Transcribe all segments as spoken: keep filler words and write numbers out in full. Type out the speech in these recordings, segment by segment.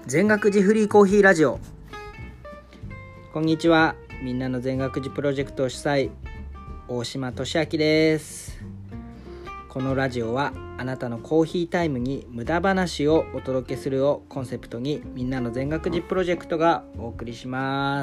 全学寺フリーコーヒーラジオ。こんにちは。みんなの全学寺プロジェクト主催、大島俊明です。このラジオはあなたのコーヒータイムに無駄話をお届けするをコンセプトに、みんなの全学寺プロジェクトがお送りします。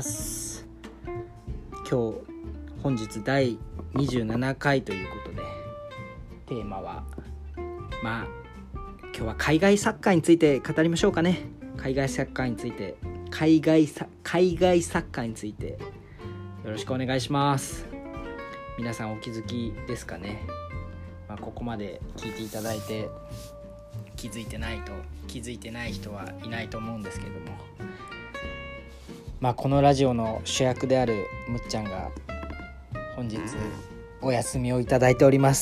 今日本日だいにじゅうななかいということで、テーマはまあ今日は海外サッカーについて語りましょうかね。海外サッカーについて海外サ海外サッカーについてよろしくお願いします。皆さんお気づきですかね。まあ、ここまで聞いていただいて気づいてないと気づいてない人はいないと思うんですけれども、まあこのラジオの主役であるむっちゃんが本日お休みをいただいております。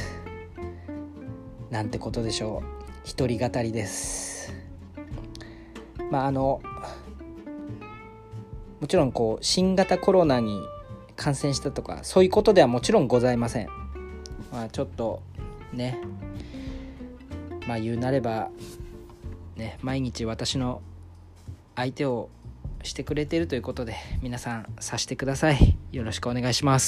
なんてことでしょう。一人語りです。まああのもちろんこう新型コロナに感染したとかそういうことではもちろんございません。まあちょっとね、まあ言うなればね、毎日私の相手をしてくれているということで、皆さん察してください。よろしくお願いします。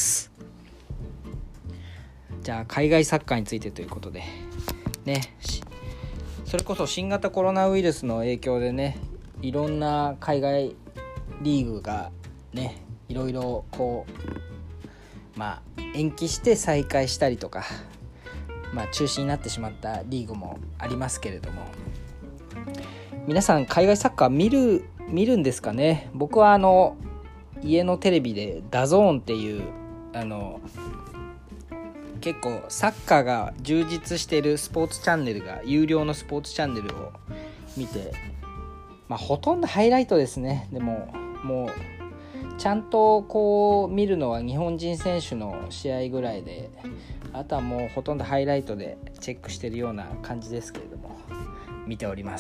じゃあ海外サッカーについてということでね、それこそ新型コロナウイルスの影響でね、いろんな海外リーグがね、いろいろこうまあ延期して再開したりとか、まあ中止になってしまったリーグもありますけれども、皆さん海外サッカー見る見るんですかね。僕はあの家のテレビでダゾーンっていうあの結構サッカーが充実しているスポーツチャンネルが、有料のスポーツチャンネルを見て、まあほとんどハイライトですね。でももうちゃんとこう見るのは日本人選手の試合ぐらいで、あとはもうほとんどハイライトでチェックしているような感じですけれども、見ております。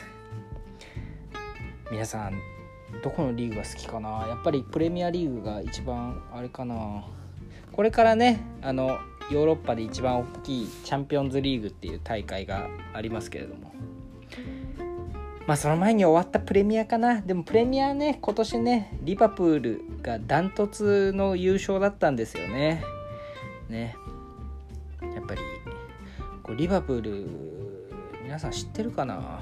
皆さんどこのリーグが好きかな。やっぱりプレミアリーグが一番あれかな。これからね、あのヨーロッパで一番大きいチャンピオンズリーグっていう大会がありますけれども、まあその前に終わったプレミアかな。でもプレミアね、今年ねリバプールがダントツの優勝だったんですよね。ね、やっぱりこうリバプール皆さん知ってるかな。や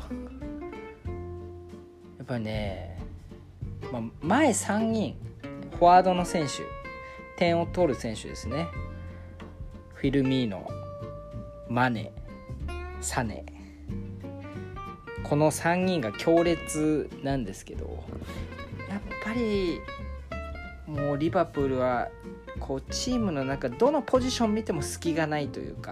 っぱりね、まあ、前さんにんフォワードの選手、点を取る選手ですね。フィルミーノ、マネ、サネ、このさんにんが強烈なんですけど、やっぱりもうリバプールはこうチームの中どのポジション見ても隙がないというか、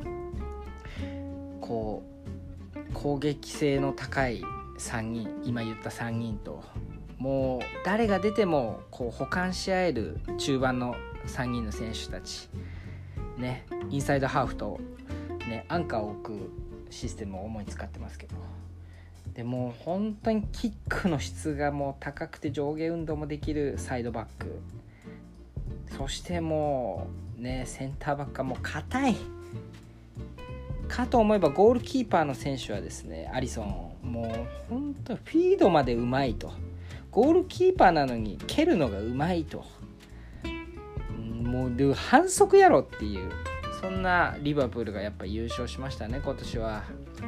こう攻撃性の高いさんにん、今言ったさんにんと、もう誰が出てもこう補完し合える中盤のさんにんの選手たちね、インサイドハーフと、ね、アンカーを置くシステムを主に使ってますけど、でもう本当にキックの質がもう高くて上下運動もできるサイドバック、そしてもうねセンターバックはもう硬いかと思えば、ゴールキーパーの選手はですね、アリソン、もう本当フィードまでうまいと、ゴールキーパーなのに蹴るのがうまいと、もう反則やろっていう、そんなリバプールがやっぱ優勝しましたね今年は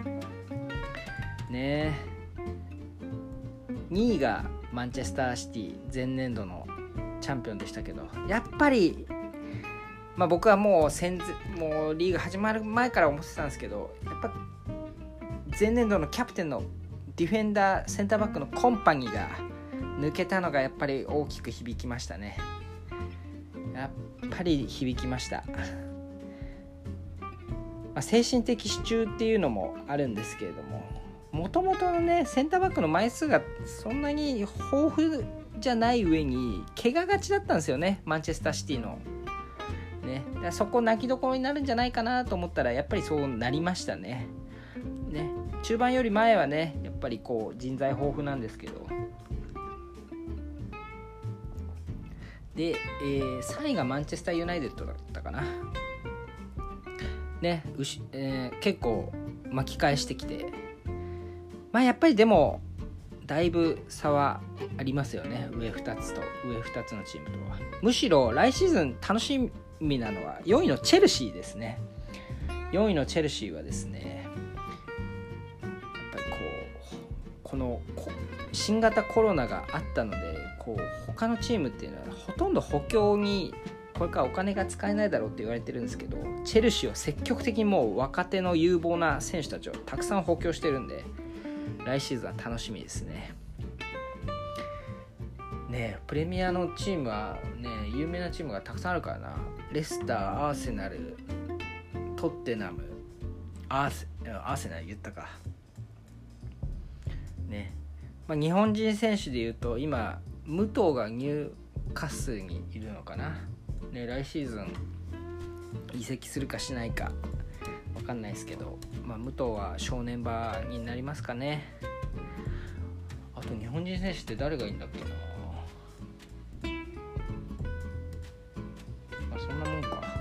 ね。にいがマンチェスターシティ、前年度のチャンピオンでしたけど、やっぱりまあ僕はもう戦もうリーグ始まる前から思ってたんですけど、やっぱ前年度のキャプテンのディフェンダー、センターバックのコンパニーが抜けたのがやっぱり大きく響きましたね。やっぱり響きました、まあ、精神的支柱っていうのもあるんですけれども、もともとのねセンターバックの枚数がそんなに豊富じゃない上に怪我がちだったんですよね、マンチェスターシティのね。だからそこ泣きどころになるんじゃないかなと思ったら、やっぱりそうなりましたね。ね、中盤より前はねやっぱりこう人材豊富なんですけど、で、えー、さんいがマンチェスターユナイテッドだったかなね、うし、えー、結構巻き返してきて、まあやっぱりでもだいぶ差はありますよね。上ふたつと上ふたつのチームとは。むしろ来シーズン楽しみなのはよんいのチェルシーですね。よんいのチェルシーはですね、やっぱりこうこの新型コロナがあったので、こう他のチームっていうのはほとんど補強にこれからお金が使えないだろうって言われてるんですけど、チェルシーは積極的にもう若手の有望な選手たちをたくさん補強してるんで、来シーズンは楽しみですね。ねえ、プレミアのチームはね、有名なチームがたくさんあるからな。レスター、アーセナル、トッテナム、アーセ、アーセナル言ったか。ね、まあ、日本人選手でいうと今武藤がニューカッスルにいるのかな。ね、来シーズン移籍するかしないか分かんないですけど、まあ、武藤は正念場になりますかね。あと日本人選手って誰がいいんだっけな。まあそんなもんか。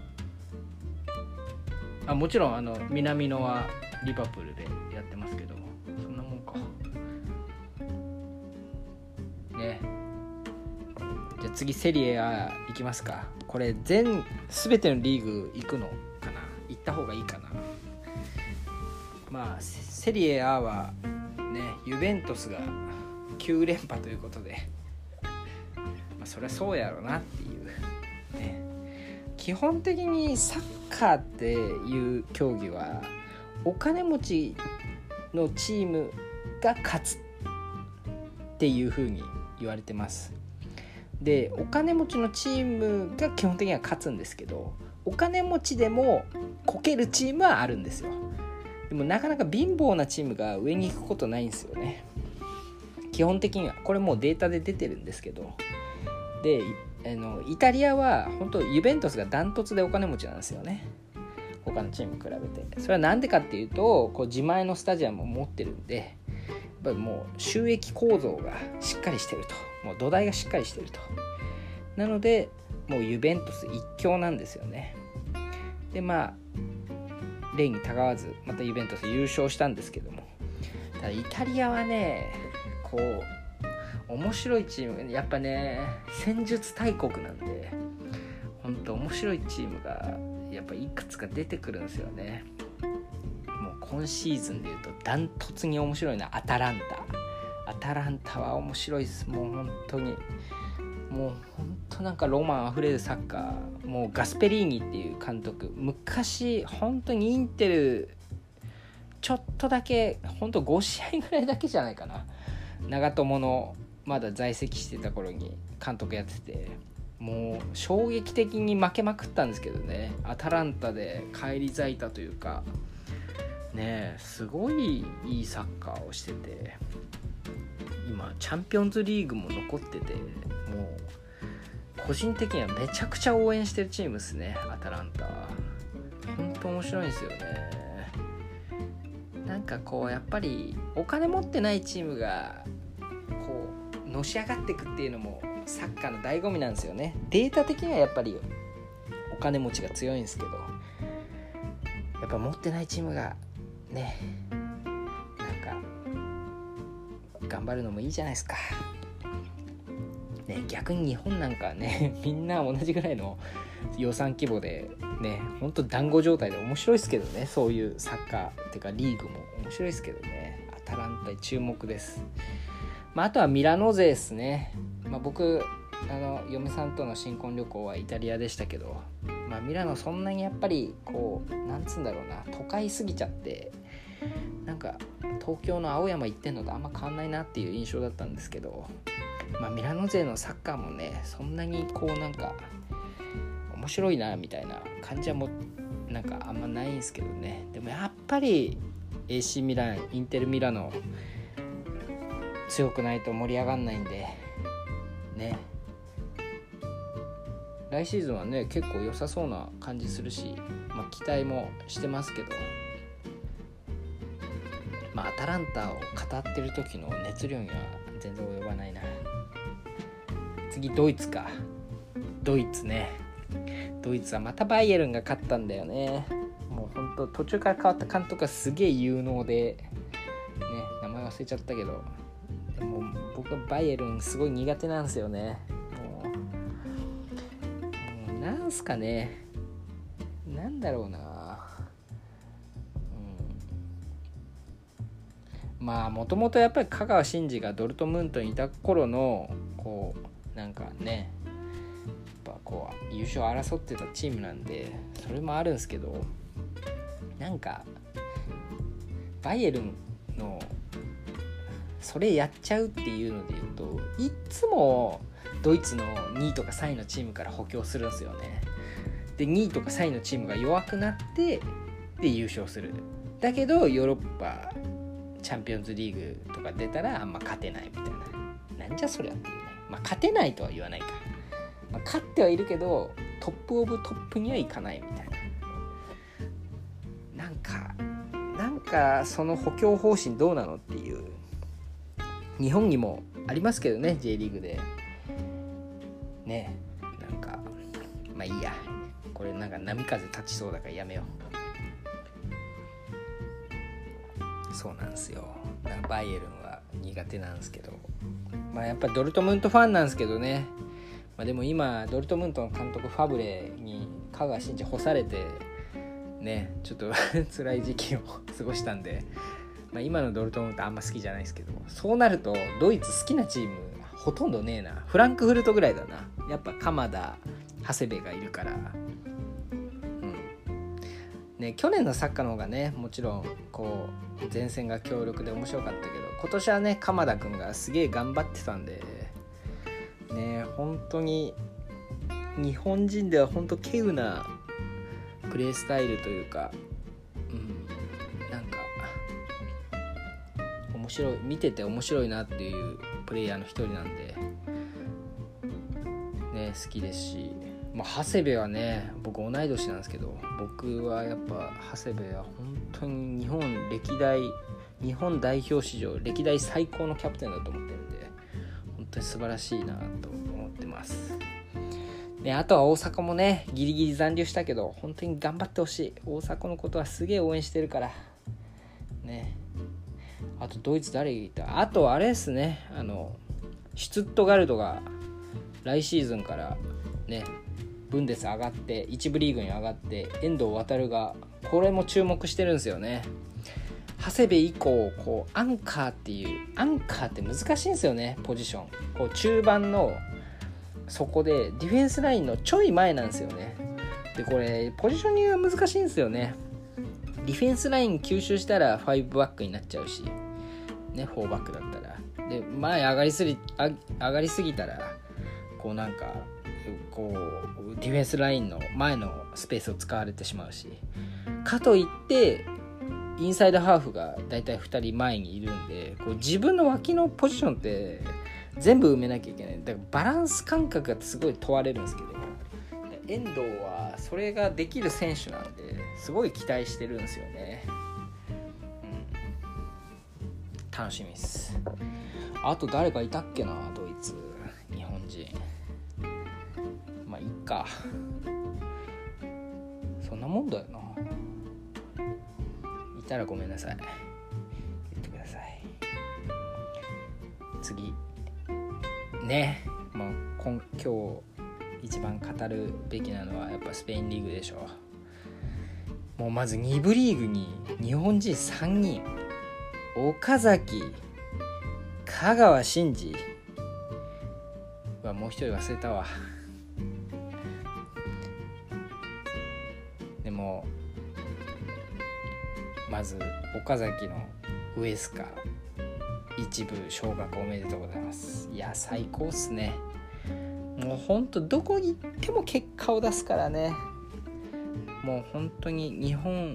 あ、もちろんあの南野はリバプールでやってますけど、そんなもんかね。じゃあ次セリエ A いきますか。これ全全てのリーグ行くのかな、行った方がいいかな。まあセリエ A はね、ユベントスがきゅう連覇ということで、まあ、そりゃそうやろなっていうね。基本的にサッカーっていう競技はお金持ちのチームが勝つっていう風に言われてます。で、お金持ちのチームが基本的には勝つんですけど、お金持ちでもこけるチームはあるんですよ。でもなかなか貧乏なチームが上に行くことないんですよね。基本的にはこれもうデータで出てるんですけど、であのイタリアは本当ユベントスがダントツでお金持ちなんですよね、他のチームに比べて。それはなんでかっていうと、こう自前のスタジアムを持ってるんで、やっぱりもう収益構造がしっかりしてると、もう土台がしっかりしてると。なのでもうユベントス一強なんですよね。でまあ例にたがわずまたユベントス優勝したんですけども、ただイタリアはね、こう面白いチームがやっぱね、戦術大国なんで、本当面白いチームがやっぱいくつか出てくるんですよね。もう今シーズンでいうとダントツに面白いのはアタランタ。アタランタは面白いです。もう本当にもう本当なんかロマンあふれるサッカー。もうガスペリーニっていう監督、昔本当にインテルちょっとだけ、本当ご試合ぐらいだけじゃないかな、長友のまだ在籍してた頃に監督やってて、もう衝撃的に負けまくったんですけどね。アタランタで返り咲いたというかね、すごいいいサッカーをしてて、今チャンピオンズリーグも残ってて、もう個人的にはめちゃくちゃ応援してるチームですね、アタランタは。本当面白いんですよね。なんかこうやっぱりお金持ってないチームがこうのし上がっていくっていうのもサッカーの醍醐味なんですよね。データ的にはやっぱりお金持ちが強いんですけど、やっぱ持ってないチームがね、なんか頑張るのもいいじゃないですか、ね。逆に日本なんかね、みんな同じぐらいの予算規模でね、ほんと団子状態で面白いですけどね。そういうサッカーっていうかリーグも面白いですけどね。アタランタ注目です。まあ、あとはミラノ勢ですね。まあ、僕あの嫁さんとの新婚旅行はイタリアでしたけど、まあ、ミラノそんなにやっぱりこうなんつうんだろうな、都会すぎちゃってなんか東京の青山行ってんのとあんま変わんないなっていう印象だったんですけど、まあ、ミラノ勢のサッカーもね、そんなにこうなんか面白いなみたいな感じはもうなんかあんまないんですけどね。でもやっぱり エーシー ミラン、インテルミラノ強くないと盛り上がんないんでね。来シーズンはね結構良さそうな感じするし、まあ、期待もしてますけど、まあ、アタランタを語ってる時の熱量には全然及ばないな。次ドイツか。ドイツね。ドイツはまたバイエルンが勝ったんだよね。もうほんと途中から変わった監督がすげえ有能で、ね、名前忘れちゃったけどでも僕はバイエルンすごい苦手なんですよね。もう、もうなんすかね、なんだろうな、うん、まあもともとやっぱり香川真司がドルトムントにいた頃のこうなんかね、やっぱこう優勝争ってたチームなんでそれもあるんですけど、なんかバイエルンのそれやっちゃうっていうので言うと、いっつもドイツのにいとかさんいのチームから補強するんですよね。でにいとかさんいのチームが弱くなってで優勝する。だけどヨーロッパチャンピオンズリーグとか出たらあんま勝てないみたいな、なんじゃそりゃっていうね。まあ勝てないとは言わないか、まあ、勝ってはいるけどトップオブトップにはいかないみたいな、なんかなんかその補強方針どうなのっていう。日本にもありますけどね、 J リーグでね。なんかまあいいや、これなんか波風立ちそうだからやめよう。そうなんですよ。なんかバイエルンは苦手なんですけど、まあやっぱドルトムントファンなんですけどね。まあ、でも今ドルトムントの監督ファブレに香川真司干されてね、ちょっと辛い時期を過ごしたんで、まあ、今のドルトムントあんま好きじゃないですけど、そうなるとドイツ好きなチームほとんどねえな。フランクフルトぐらいだな。やっぱ鎌田、長谷部がいるから、うんね、去年のサッカーの方がねもちろんこう前線が強力で面白かったけど、今年はね鎌田くんがすげえ頑張ってたんでね、本当に日本人では本当稀有なプレースタイルというか、うん、なんか面白い、見てて面白いなっていうプレイヤーの一人なんでね、好きですし、まあ、長谷部はね僕同い年なんですけど、僕はやっぱ長谷部は本当に日本歴代日本代表史上歴代最高のキャプテンだと思ってるんで、本当に素晴らしいなと思ってます。であとは大迫もねギリギリ残留したけど本当に頑張ってほしい。大迫のことはすげえ応援してるからね。あとドイツ誰がいた？あとあれですね、あのシュツットガルトが来シーズンからねブンデス上がって一部リーグに上がって、遠藤航がこれも注目してるんですよね。長谷部以降こうアンカーっていうアンカーって難しいんですよね、ポジション。こう中盤のそこでディフェンスラインのちょい前なんですよね。でこれポジショニングが難しいんですよね。ディフェンスライン吸収したらファイブバックになっちゃうしね、フォーバックだったらで前上がりすぎ上がりすぎたらこうなんかこうディフェンスラインの前のスペースを使われてしまうし、かといってインサイドハーフがだいたいふたりまえにいるんで、こう自分の脇のポジションって全部埋めなきゃいけない。だからバランス感覚がすごい問われるんですけど、遠藤はそれができる選手なんですごい期待してるんですよね、うん、楽しみです。あと誰かいたっけな、ドイツ日本人。まあいいか、そんなもんだよな。いたらごめんなさい、言ってください。次ね、まあ、今今日一番語るべきなのはやっぱスペインリーグでしょう。もうまずに部リーグに日本人さんにん、岡崎、香川真司はもう一人忘れたわ。でもまず岡崎のウエスカ一部昇格おめでとうございます。いや最高っすね。もうほんとどこに行っても結果を出すからね。もう本当に日本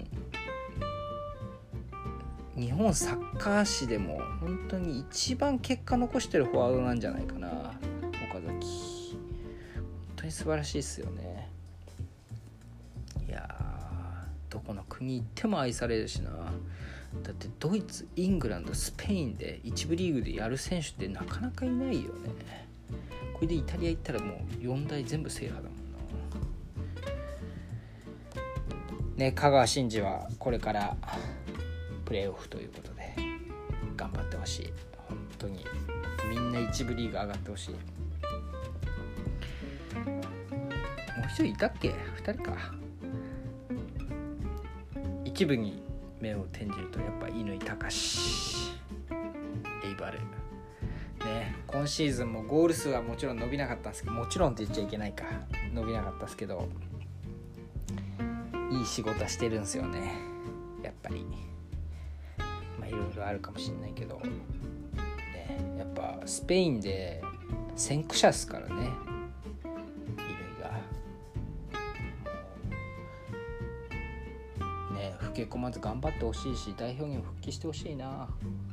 日本サッカー史でも本当に一番結果残してるフォワードなんじゃないかな、岡崎。本当に素晴らしいっすよね。いやどこの国行っても愛されるしな。だってドイツ、イングランド、スペインで一部リーグでやる選手ってなかなかいないよね。これでイタリア行ったらもうよんだい全部制覇だもんな。ね、香川真司はこれからプレーオフということで頑張ってほしい。本当にみんな一部リーグ上がってほしい。もう一人いたっけ？二人か。一部に目を転じるとやっぱ乾貴士、エイバルね、今シーズンもゴール数はもちろん伸びなかったんですけど、もちろんって言っちゃいけないか、伸びなかったですけど、いい仕事はしてるんですよね、やっぱり。まあいろいろあるかもしれないけど、ね、やっぱスペインで先駆者ですからね、乾が。ね、老け込まず頑張ってほしいし、代表にも復帰してほしいな。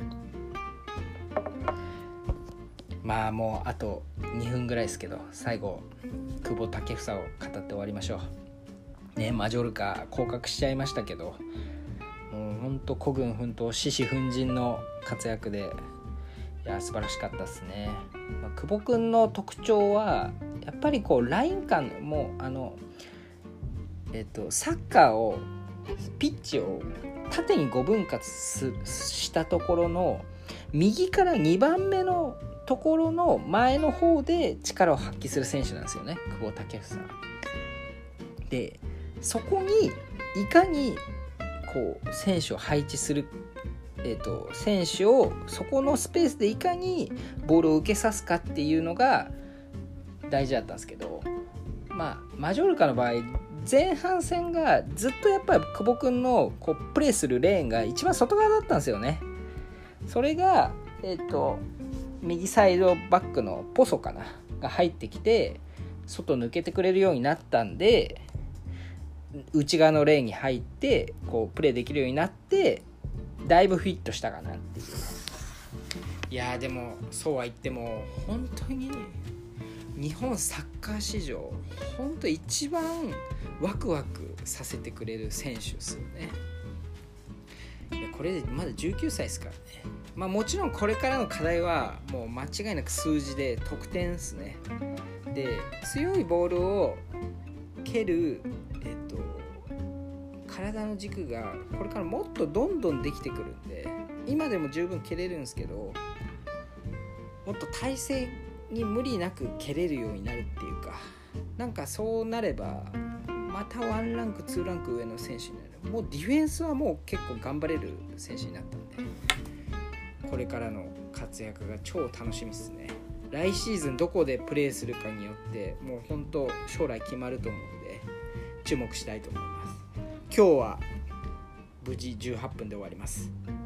まあもうあとにふんぐらいですけど、最後久保建英を語って終わりましょうね。マジョルカ降格しちゃいましたけど、もうほんと孤軍奮闘、獅子奮迅の活躍で、いや素晴らしかったですね。まあ、久保くんの特徴はやっぱりこうライン間もあのえっとサッカーをピッチを縦にごぶん割したところの右からにばんめのところの前の方で力を発揮する選手なんですよね、久保建英で。そこにいかにこう選手を配置する、えーと、選手をそこのスペースでいかにボールを受けさすかっていうのが大事だったんですけど、まあマジョルカの場合前半戦がずっとやっぱり久保君のこうプレーするレーンが一番外側だったんですよね。それがえっ、ー、と右サイドバックのポソかなが入ってきて外抜けてくれるようになったんで、内側のレーンに入ってこうプレーできるようになってだいぶフィットしたかなっていう。いやでもそうは言っても本当に日本サッカー史上本当一番ワクワクさせてくれる選手ですよね。いやこれでまだじゅうきゅうさいですからね。まあもちろんこれからの課題はもう間違いなく数字で得点ですね。で強いボールを蹴るえっと体の軸がこれからもっとどんどんできてくるんで、今でも十分蹴れるんですけど、もっと体勢に無理なく蹴れるようになるっていうか、なんかそうなればまたワンランクツーランク上の選手になる。もうディフェンスはもう結構頑張れる選手になったんで、これからの活躍が超楽しみですね。来シーズンどこでプレーするかによってもう本当将来決まると思うので注目したいと思います。今日は無事じゅうはっぷんで終わります。